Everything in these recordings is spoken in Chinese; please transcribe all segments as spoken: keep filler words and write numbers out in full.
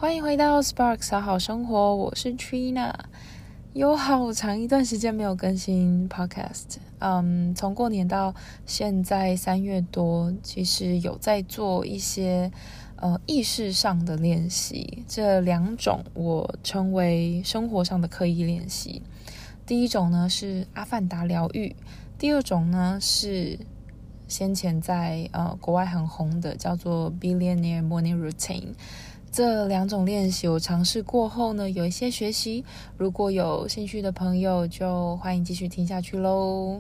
欢迎回到 Sparks 好好生活，我是 Trina。有好长一段时间没有更新 podcast， 嗯，从过年到现在三月多，其实有在做一些呃意识上的练习，这两种我称为生活上的刻意练习。第一种呢是阿范达疗愈，第二种呢是先前在呃国外很红的叫做 Billionaire Morning Routine。这两种练习我尝试过后呢，有一些学习，如果有兴趣的朋友就欢迎继续听下去咯。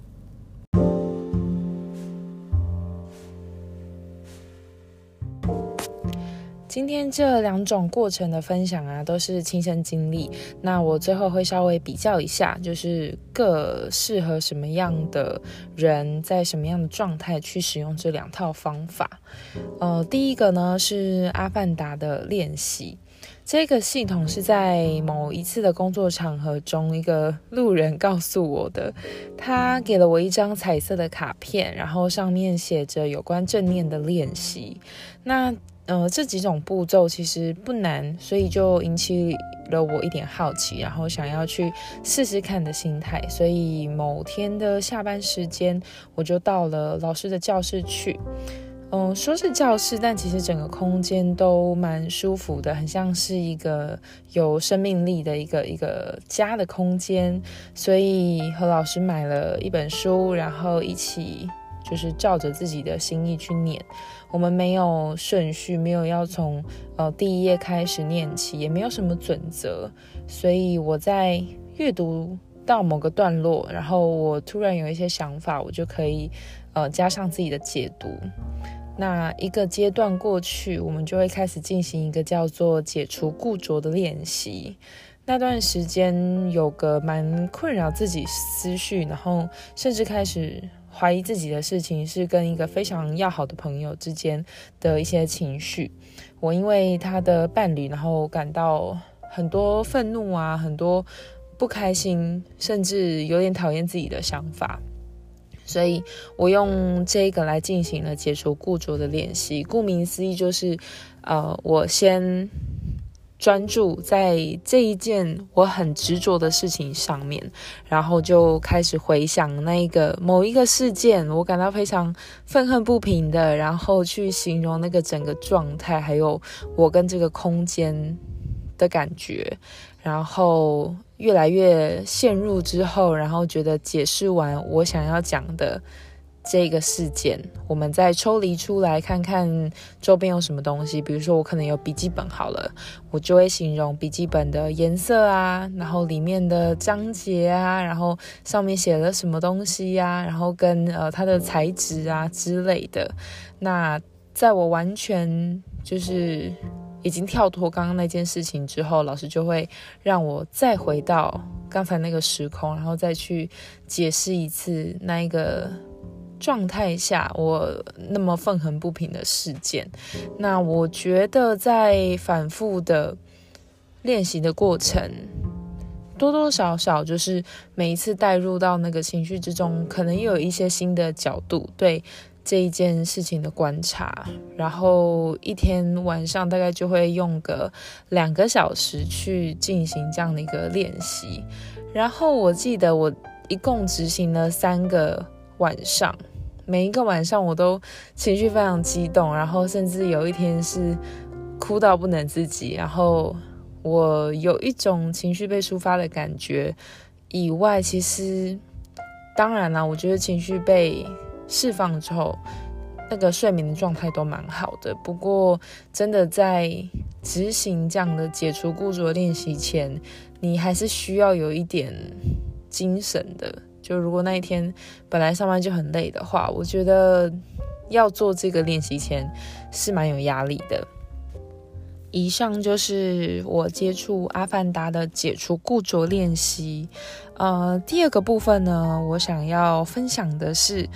今天这两种过程的分享啊，都是亲身经历。那我最后会稍微比较一下，就是各适合什么样的人，在什么样的状态去使用这两套方法。呃，第一个呢是阿范达的练习。这个系统是在某一次的工作场合中，一个路人告诉我的。他给了我一张彩色的卡片，然后上面写着有关正念的练习。那呃，这几种步骤其实不难，所以就引起了我一点好奇，然后想要去试试看的心态。所以某天的下班时间，我就到了老师的教室去。嗯，说是教室，但其实整个空间都蛮舒服的，很像是一个有生命力的一个一个家的空间。所以和老师买了一本书，然后一起就是照着自己的心意去念。我们没有顺序，没有要从呃第一页开始念起，也没有什么准则。所以我在阅读到某个段落，然后我突然有一些想法，我就可以呃加上自己的解读。那一个阶段过去，我们就会开始进行一个叫做解除固着的练习。那段时间有个蛮困扰自己思绪，然后甚至开始怀疑自己的事情，是跟一个非常要好的朋友之间的一些情绪。我因为他的伴侣，然后感到很多愤怒啊，很多不开心，甚至有点讨厌自己的想法。所以我用这个来进行了解除固着的练习。顾名思义就是呃，我先专注在这一件我很执着的事情上面，然后就开始回想那一个某一个事件，我感到非常愤恨不平的，然后去形容那个整个状态，还有我跟这个空间的感觉。然后越来越陷入之后，然后觉得解释完我想要讲的这个事件，我们再抽离出来看看周边有什么东西。比如说我可能有笔记本好了，我就会形容笔记本的颜色啊，然后里面的章节啊，然后上面写了什么东西啊，然后跟呃它的材质啊之类的。那在我完全就是已经跳脱刚刚那件事情之后，老师就会让我再回到刚才那个时空，然后再去解释一次那一个状态下我那么愤恨不平的事件。那我觉得在反复的练习的过程，多多少少就是每一次带入到那个情绪之中，可能又有一些新的角度对这一件事情的观察。然后一天晚上大概就会用个两个小时去进行这样的一个练习。然后我记得我一共执行了三个晚上，每一个晚上我都情绪非常激动，然后甚至有一天是哭到不能自己，然后我有一种情绪被抒发的感觉以外，其实当然啦，我觉得情绪被释放之后，那个睡眠的状态都蛮好的。不过真的在执行这样的解除固着练习前，你还是需要有一点精神的。就如果那一天本来上班就很累的话，我觉得要做这个练习前是蛮有压力的。以上就是我接触阿范达的解除固着练习。呃，第二个部分呢，我想要分享的是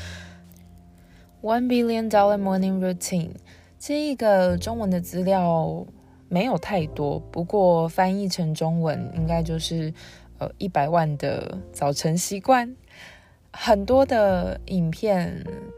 One Billion Dollar Morning Routine。 这一个中文的资料没有太多，不过翻译成中文应该就是呃一百万的早晨习惯。很多的影片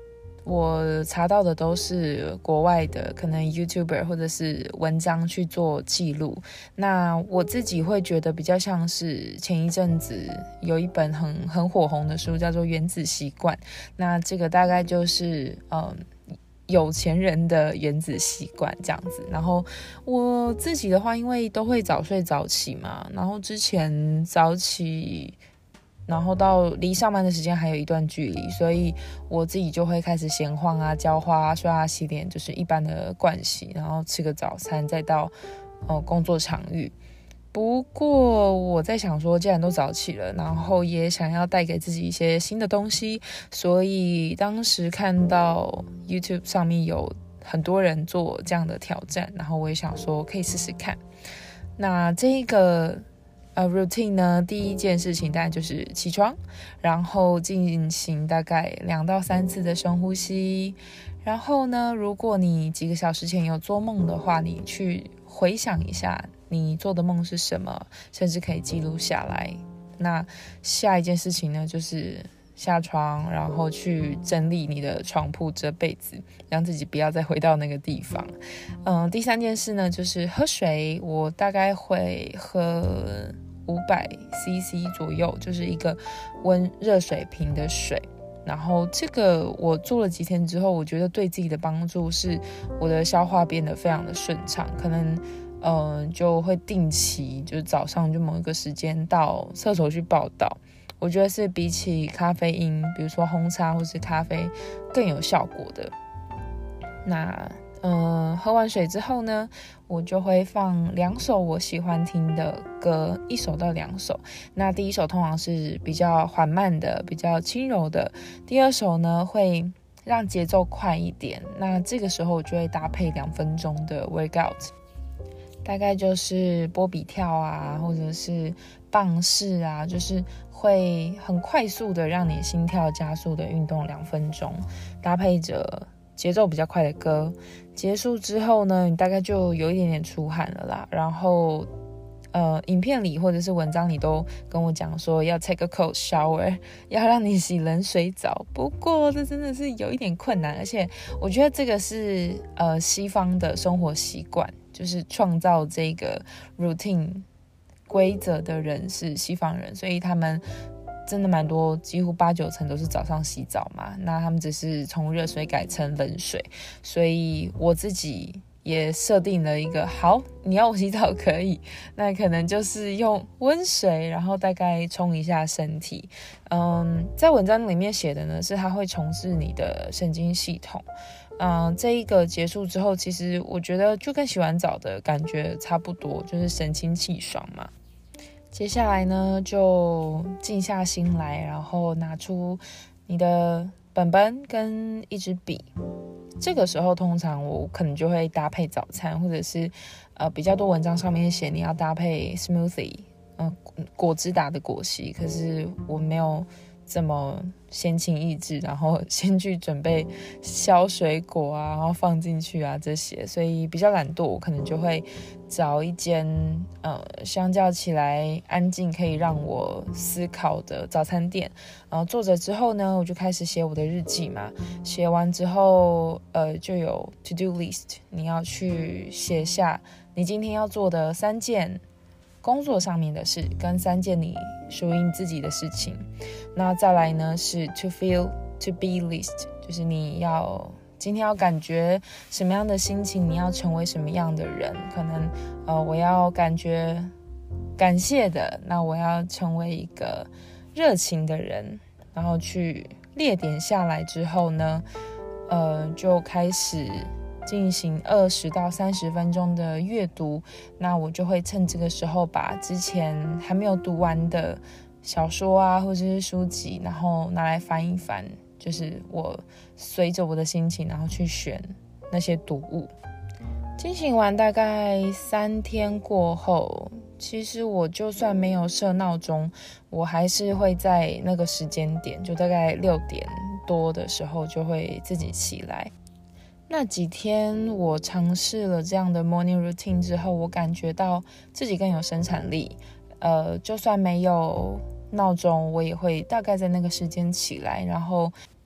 我查到的都是国外的，可能 YouTuber 或者是文章去做记录。那我自己会觉得比较像是前一阵子有一本很很火红的书，叫做《原子习惯》。那这个大概就是嗯。有钱人的原子习惯这样子。然后我自己的话，因为都会早睡早起嘛，然后之前早起然后到离上班的时间还有一段距离，所以我自己就会开始闲晃啊、浇花啊、刷牙洗脸，就是一般的盥洗，然后吃个早餐，再到、呃、工作场域。不过我在想说，既然都早起了，然后也想要带给自己一些新的东西，所以当时看到 YouTube 上面有很多人做这样的挑战，然后我也想说可以试试看。那这一个呃 routine 呢，第一件事情当然就是起床，然后进行大概两到三次的深呼吸。然后呢，如果你几个小时前有做梦的话，你去回想一下你做的梦是什么，甚至可以记录下来。那下一件事情呢，就是下床，然后去整理你的床铺、折被子，让自己不要再回到那个地方。嗯，第三件事呢，就是喝水。我大概会喝五百 C C 左右，就是一个温热水瓶的水。然后这个我做了几天之后，我觉得对自己的帮助是我的消化变得非常的顺畅，可能呃就会定期就是早上就某一个时间到厕所去报到。我觉得是比起咖啡因，比如说红茶或是咖啡更有效果的。那呃，喝完水之后呢，我就会放两首我喜欢听的歌，一首到两首。那第一首通常是比较缓慢的，比较轻柔的。第二首呢，会让节奏快一点。那这个时候我就会搭配两分钟的 workout， 大概就是波比跳啊，或者是棒式啊，就是会很快速的让你心跳加速的运动两分钟，搭配着节奏比较快的歌。结束之后呢，你大概就有一点点出汗了啦。然后呃，影片里或者是文章里都跟我讲说要 take a cold shower， 要让你洗冷水澡。不过这真的是有一点困难，而且我觉得这个是呃西方的生活习惯，就是创造这个 routine 规则的人是西方人，所以他们真的蛮多，几乎八九成都是早上洗澡嘛。那他们只是从热水改成冷水，所以我自己也设定了一个，好，你要我洗澡可以，那可能就是用温水，然后大概冲一下身体。嗯，在文章里面写的呢，是它会重置你的神经系统。嗯，这一个结束之后，其实我觉得就跟洗完澡的感觉差不多，就是神清气爽嘛。接下来呢，就静下心来，然后拿出你的本本跟一支笔。这个时候通常我可能就会搭配早餐，或者是呃比较多文章上面写你要搭配 smoothie， 呃果汁打的果昔，可是我没有这么闲情逸致，然后先去准备削水果啊，然后放进去啊这些，所以比较懒惰，我可能就会找一间呃相较起来安静可以让我思考的早餐店，然后坐着之后呢，我就开始写我的日记嘛。写完之后，呃，就有 to do list， 你要去写下你今天要做的三件工作上面的事，跟三件你属于你自己的事情。那再来呢是 to feel to be list， 就是你要今天要感觉什么样的心情，你要成为什么样的人。可能呃我要感觉感谢的，那我要成为一个热情的人。然后去列点下来之后呢，呃就开始进行二十到三十分钟的阅读。那我就会趁这个时候把之前还没有读完的小说啊，或者是书籍，然后拿来翻一翻，就是我随着我的心情，然后去选那些读物。进行完大概三天过后，其实我就算没有设闹钟，我还是会在那个时间点，就大概六点多的时候就会自己起来。那几天我尝试了这样的 morning routine 之后，我感觉到自己更有生产力。呃，就算没有闹钟，我也会大概在那个时间起来，然后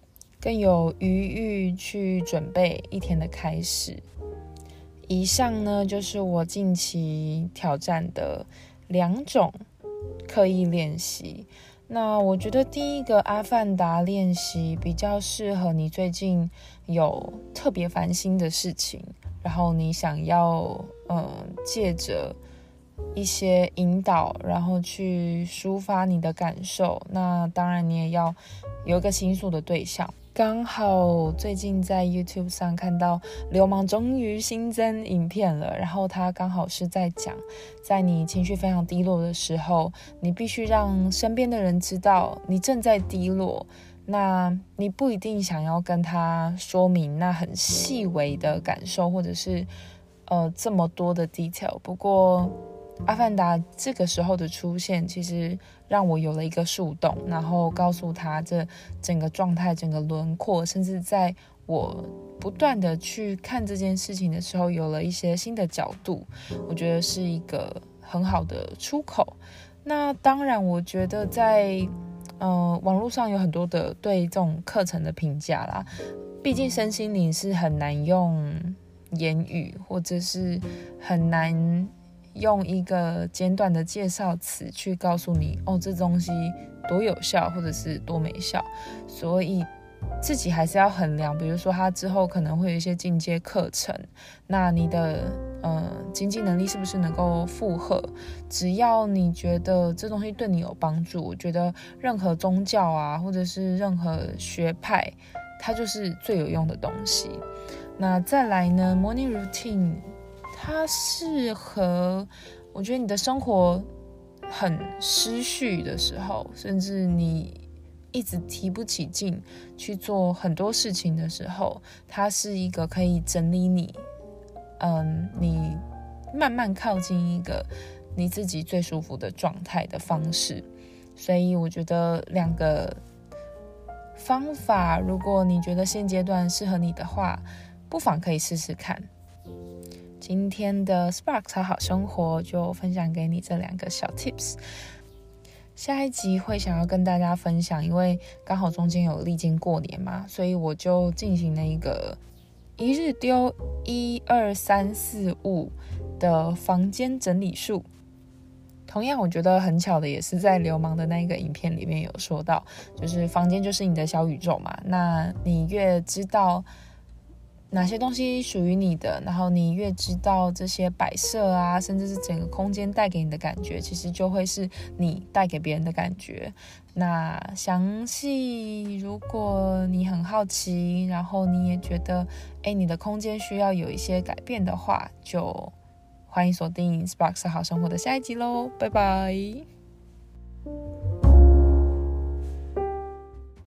更有余裕去准备一天的开始。以上呢，就是我近期挑战的两种刻意练习。那我觉得第一个阿范达练习比较适合你最近有特别烦心的事情，然后你想要嗯借着一些引导，然后去抒发你的感受。那当然你也要有一个倾诉的对象。刚好最近在 YouTube 上看到流氓终于新增影片了，然后他刚好是在讲，在你情绪非常低落的时候，你必须让身边的人知道你正在低落。那你不一定想要跟他说明那很细微的感受，或者是呃这么多的 detail。不过阿范达这个时候的出现，其实让我有了一个树洞，然后告诉他这整个状态、整个轮廓，甚至在我不断的去看这件事情的时候，有了一些新的角度，我觉得是一个很好的出口。那当然，我觉得在呃网络上有很多的对这种课程的评价啦，毕竟身心灵是很难用言语，或者是很难用一个简短的介绍词去告诉你哦，这东西多有效或者是多没效，所以自己还是要衡量。比如说他之后可能会有一些进阶课程，那你的呃经济能力是不是能够负荷？只要你觉得这东西对你有帮助，我觉得任何宗教啊，或者是任何学派，它就是最有用的东西。那再来呢 ，morning routine。它适合，我觉得你的生活很失序的时候，甚至你一直提不起劲去做很多事情的时候，它是一个可以整理你，嗯，你慢慢靠近一个你自己最舒服的状态的方式。所以我觉得两个方法，如果你觉得现阶段适合你的话，不妨可以试试看。今天的 Spark 超好生活就分享给你这两个小 tips。下一集会想要跟大家分享，因为刚好中间有历经过年嘛，所以我就进行了一个一日丢一二三四五的房间整理术。同样我觉得很巧的也是在流氓的那个影片里面有说到，就是房间就是你的小宇宙嘛，那你越知道哪些东西属于你的，然后你越知道这些摆设啊，甚至是整个空间带给你的感觉，其实就会是你带给别人的感觉。那详细如果你很好奇，然后你也觉得诶你的空间需要有一些改变的话，就欢迎锁定 Spark 好生活的下一集咯，拜拜。